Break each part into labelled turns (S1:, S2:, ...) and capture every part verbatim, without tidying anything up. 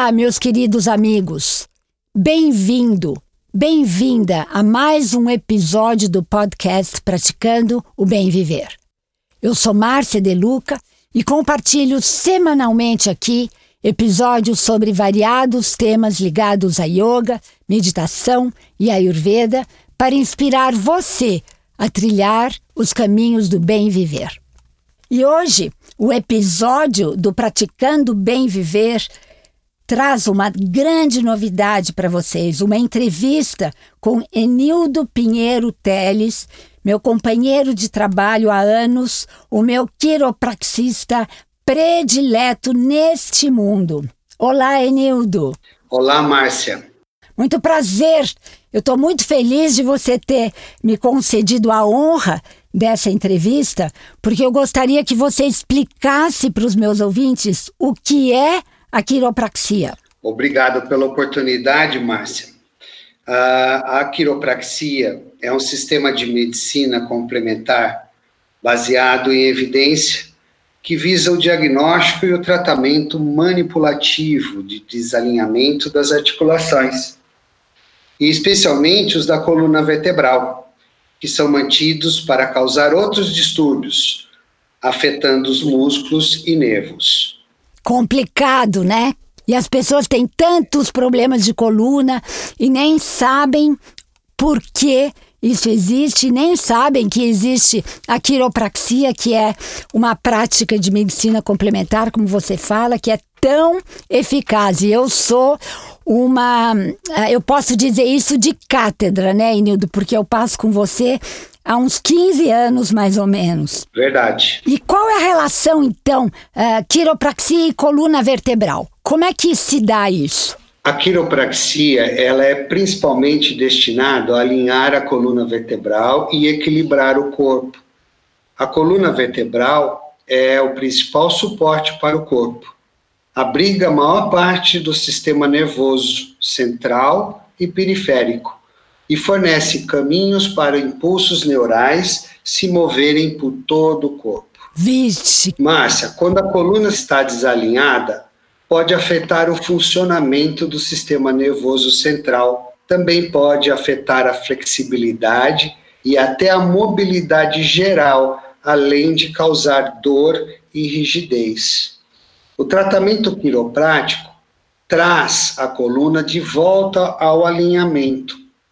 S1: Olá, meus queridos amigos. Bem-vindo, bem-vinda a mais um episódio do podcast Praticando o Bem Viver. Eu sou Márcia De Luca e compartilho semanalmente aqui episódios sobre variados temas ligados a yoga, meditação e ayurveda para inspirar você a trilhar os caminhos do bem viver. E hoje, o episódio do Praticando o Bem Viver traz uma grande novidade para vocês, uma entrevista com Enildo Pinheiro Teles, meu companheiro de trabalho há anos, o meu quiropraxista predileto neste mundo. Olá, Enildo.
S2: Olá, Márcia.
S1: Muito prazer. Eu estou muito feliz de você ter me concedido a honra dessa entrevista, porque eu gostaria que você explicasse para os meus ouvintes o que é a quiropraxia.
S2: Obrigado pela oportunidade, Márcia. A, a quiropraxia é um sistema de medicina complementar baseado em evidência que visa o diagnóstico e o tratamento manipulativo de desalinhamento das articulações, e especialmente os da coluna vertebral, que são mantidos para causar outros distúrbios, afetando os músculos e nervos.
S1: Complicado, né? E as pessoas têm tantos problemas de coluna e nem sabem por que isso existe, nem sabem que existe a quiropraxia, que é uma prática de medicina complementar, como você fala, que é tão eficaz. E eu sou uma... Eu posso dizer isso de cátedra, né, Enildo? Porque eu passo com você há uns quinze anos, mais ou menos.
S2: Verdade.
S1: E qual é a relação, então, uh, quiropraxia e coluna vertebral? Como é que se dá isso?
S2: A quiropraxia, ela é principalmente destinada a alinhar a coluna vertebral e equilibrar o corpo. A coluna vertebral é o principal suporte para o corpo. Abriga a maior parte do sistema nervoso central e periférico e fornece caminhos para impulsos neurais se moverem por todo o corpo.
S1: Vixe!
S2: Márcia, quando a coluna está desalinhada, pode afetar o funcionamento do sistema nervoso central. Também pode afetar a flexibilidade e até a mobilidade geral, além de causar dor e rigidez. O tratamento quiroprático traz a coluna de volta ao alinhamento,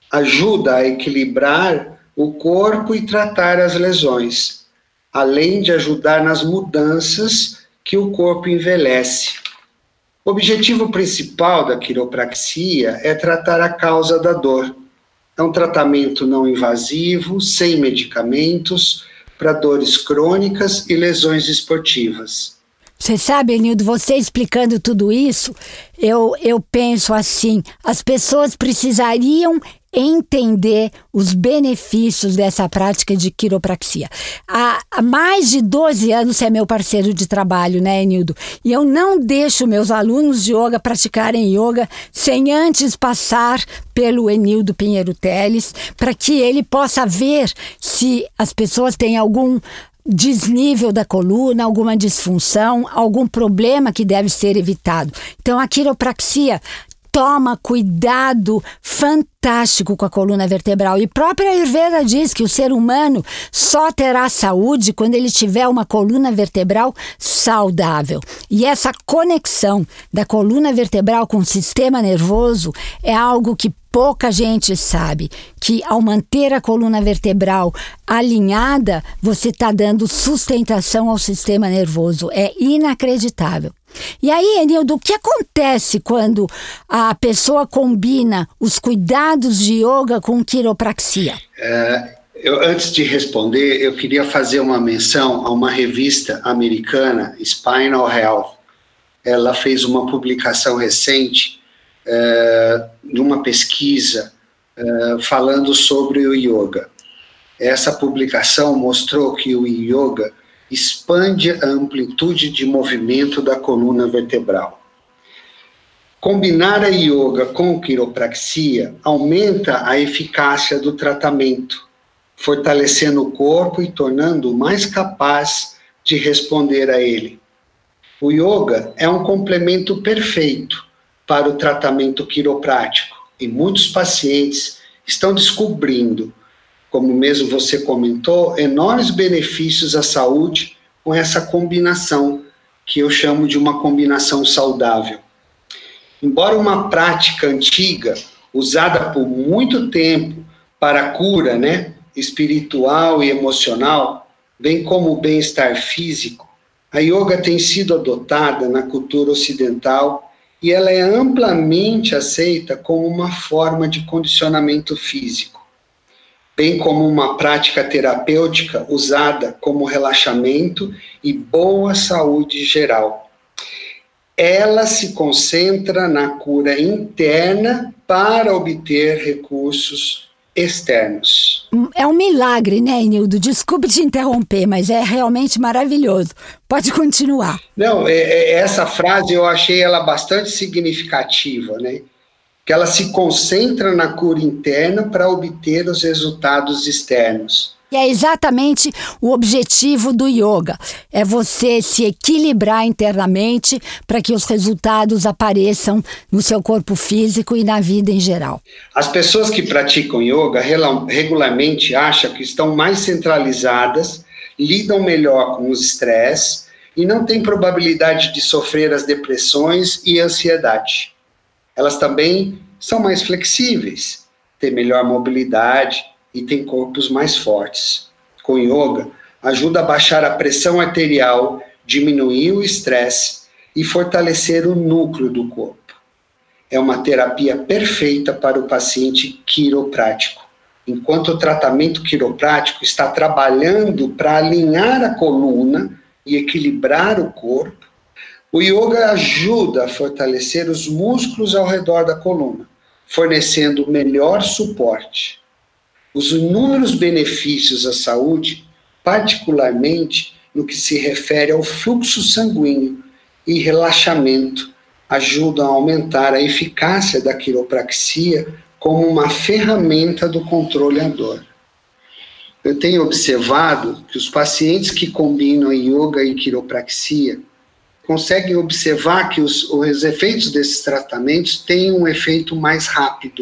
S2: ajuda a equilibrar o corpo e tratar as lesões, além de ajudar nas mudanças que o corpo envelhece. O objetivo principal da quiropraxia é tratar a causa da dor. É um tratamento não invasivo, sem medicamentos, para dores crônicas e lesões esportivas.
S1: Você sabe, Enildo, você explicando tudo isso, eu, eu penso assim, as pessoas precisariam entender os benefícios dessa prática de quiropraxia. Há, há mais de doze anos você é meu parceiro de trabalho, né, Enildo? E eu não deixo meus alunos de yoga praticarem yoga sem antes passar pelo Enildo Pinheiro Teles, para que ele possa ver se as pessoas têm algum desnível da coluna, alguma disfunção, algum problema que deve ser evitado. Então a quiropraxia toma cuidado fantástico com a coluna vertebral. E a própria Ayurveda diz que o ser humano só terá saúde quando ele tiver uma coluna vertebral saudável. E essa conexão da coluna vertebral com o sistema nervoso é algo que pouca gente sabe, que ao manter a coluna vertebral alinhada, você está dando sustentação ao sistema nervoso. É inacreditável. E aí, Enildo, o que acontece quando a pessoa combina os cuidados de yoga com quiropraxia?
S2: É, eu, antes de responder, eu queria fazer uma menção a uma revista americana, Spinal Health. Ela fez uma publicação recente é, de uma pesquisa é, falando sobre o yoga. Essa publicação mostrou que o yoga expande a amplitude de movimento da coluna vertebral. Combinar a yoga com quiropraxia aumenta a eficácia do tratamento, fortalecendo o corpo e tornando-o mais capaz de responder a ele. O yoga é um complemento perfeito para o tratamento quiroprático e muitos pacientes estão descobrindo, como mesmo você comentou, enormes benefícios à saúde com essa combinação, que eu chamo de uma combinação saudável. Embora uma prática antiga, usada por muito tempo para a cura, né, espiritual e emocional, bem como o bem-estar físico, a yoga tem sido adotada na cultura ocidental e ela é amplamente aceita como uma forma de condicionamento físico, bem como uma prática terapêutica usada como relaxamento e boa saúde geral. Ela se concentra na cura interna para obter recursos externos.
S1: É um milagre, né, Enildo? Desculpe te interromper, mas é realmente maravilhoso. Pode continuar.
S2: Não, é, é, essa frase eu achei ela bastante significativa, né? Que ela se concentra na cura interna para obter os resultados externos.
S1: E é exatamente o objetivo do yoga, é você se equilibrar internamente para que os resultados apareçam no seu corpo físico e na vida em geral.
S2: As pessoas que praticam yoga regularmente acham que estão mais centralizadas, lidam melhor com os estresses e não têm probabilidade de sofrer as depressões e ansiedade. Elas também são mais flexíveis, têm melhor mobilidade e têm corpos mais fortes. Com yoga, ajuda a baixar a pressão arterial, diminuir o estresse e fortalecer o núcleo do corpo. É uma terapia perfeita para o paciente quiroprático. Enquanto o tratamento quiroprático está trabalhando para alinhar a coluna e equilibrar o corpo, o yoga ajuda a fortalecer os músculos ao redor da coluna, fornecendo melhor suporte. Os inúmeros benefícios à saúde, particularmente no que se refere ao fluxo sanguíneo e relaxamento, ajudam a aumentar a eficácia da quiropraxia como uma ferramenta do controle à dor. Eu tenho observado que os pacientes que combinam yoga e quiropraxia conseguem observar que os, os efeitos desses tratamentos têm um efeito mais rápido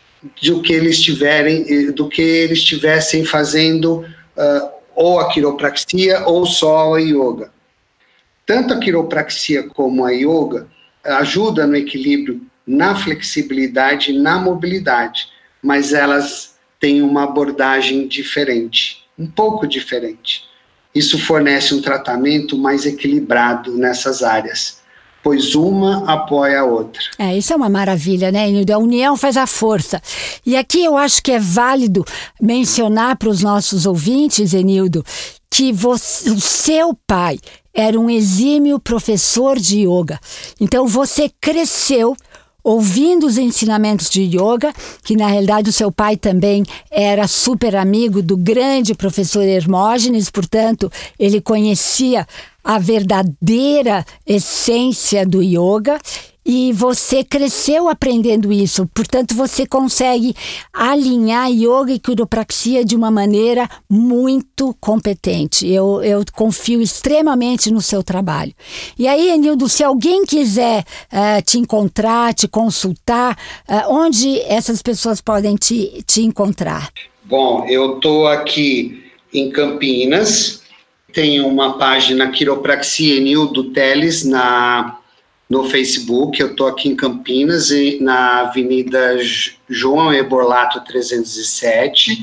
S2: do que eles tiverem, do que eles estivessem fazendo uh, ou a quiropraxia ou só a yoga. Tanto a quiropraxia como a yoga ajuda no equilíbrio, na flexibilidade e na mobilidade, mas elas têm uma abordagem diferente, um pouco diferente. Isso fornece um tratamento mais equilibrado nessas áreas, pois uma apoia a outra.
S1: É, isso é uma maravilha, né, Enildo? A união faz a força. E aqui eu acho que é válido mencionar para os nossos ouvintes, Enildo, que você, o seu pai era um exímio professor de yoga. Então você cresceu ouvindo os ensinamentos de yoga, que na realidade o seu pai também era super amigo do grande professor Hermógenes, portanto ele conhecia a verdadeira essência do yoga e você cresceu aprendendo isso, portanto você consegue alinhar yoga e quiropraxia de uma maneira muito competente. Eu, eu confio extremamente no seu trabalho. E aí, Enildo, se alguém quiser uh, te encontrar, te consultar, uh, onde essas pessoas podem te, te encontrar?
S2: Bom, eu estou aqui em Campinas, tenho uma página Quiropraxia Enildo Teles na... no Facebook. Eu estou aqui em Campinas, na Avenida João Eborlato trezentos e sete,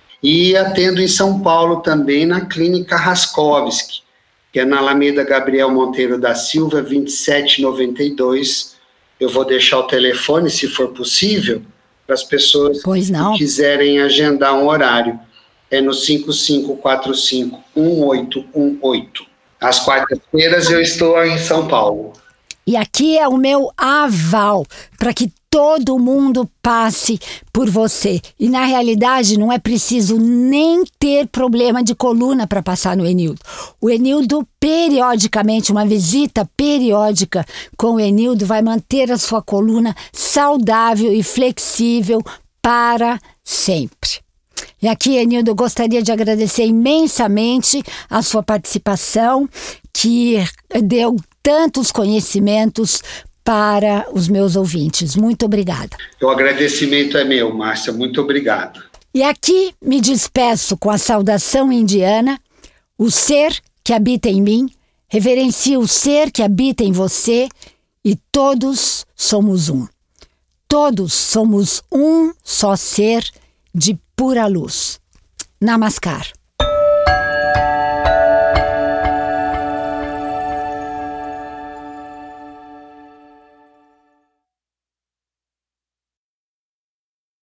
S2: e atendo em São Paulo também na Clínica Raskovski, que é na Alameda Gabriel Monteiro da Silva, vinte e sete noventa e dois. Eu vou deixar o telefone, se for possível, para as pessoas que quiserem agendar um horário. É no cinco cinco quatro cinco, um oito um oito. Às quartas-feiras eu estou em São Paulo.
S1: E aqui é o meu aval para que todo mundo passe por você. E na realidade não é preciso nem ter problema de coluna para passar no Enildo. O Enildo, periodicamente, uma visita periódica com o Enildo vai manter a sua coluna saudável e flexível para sempre. E aqui, Enildo, eu gostaria de agradecer imensamente a sua participação, que deu tantos conhecimentos para os meus ouvintes. Muito obrigada.
S2: O agradecimento é meu, Márcia. Muito obrigado.
S1: E aqui me despeço com a saudação indiana: o ser que habita em mim reverencia o ser que habita em você e todos somos um. Todos somos um só ser de pura luz. Namaskar.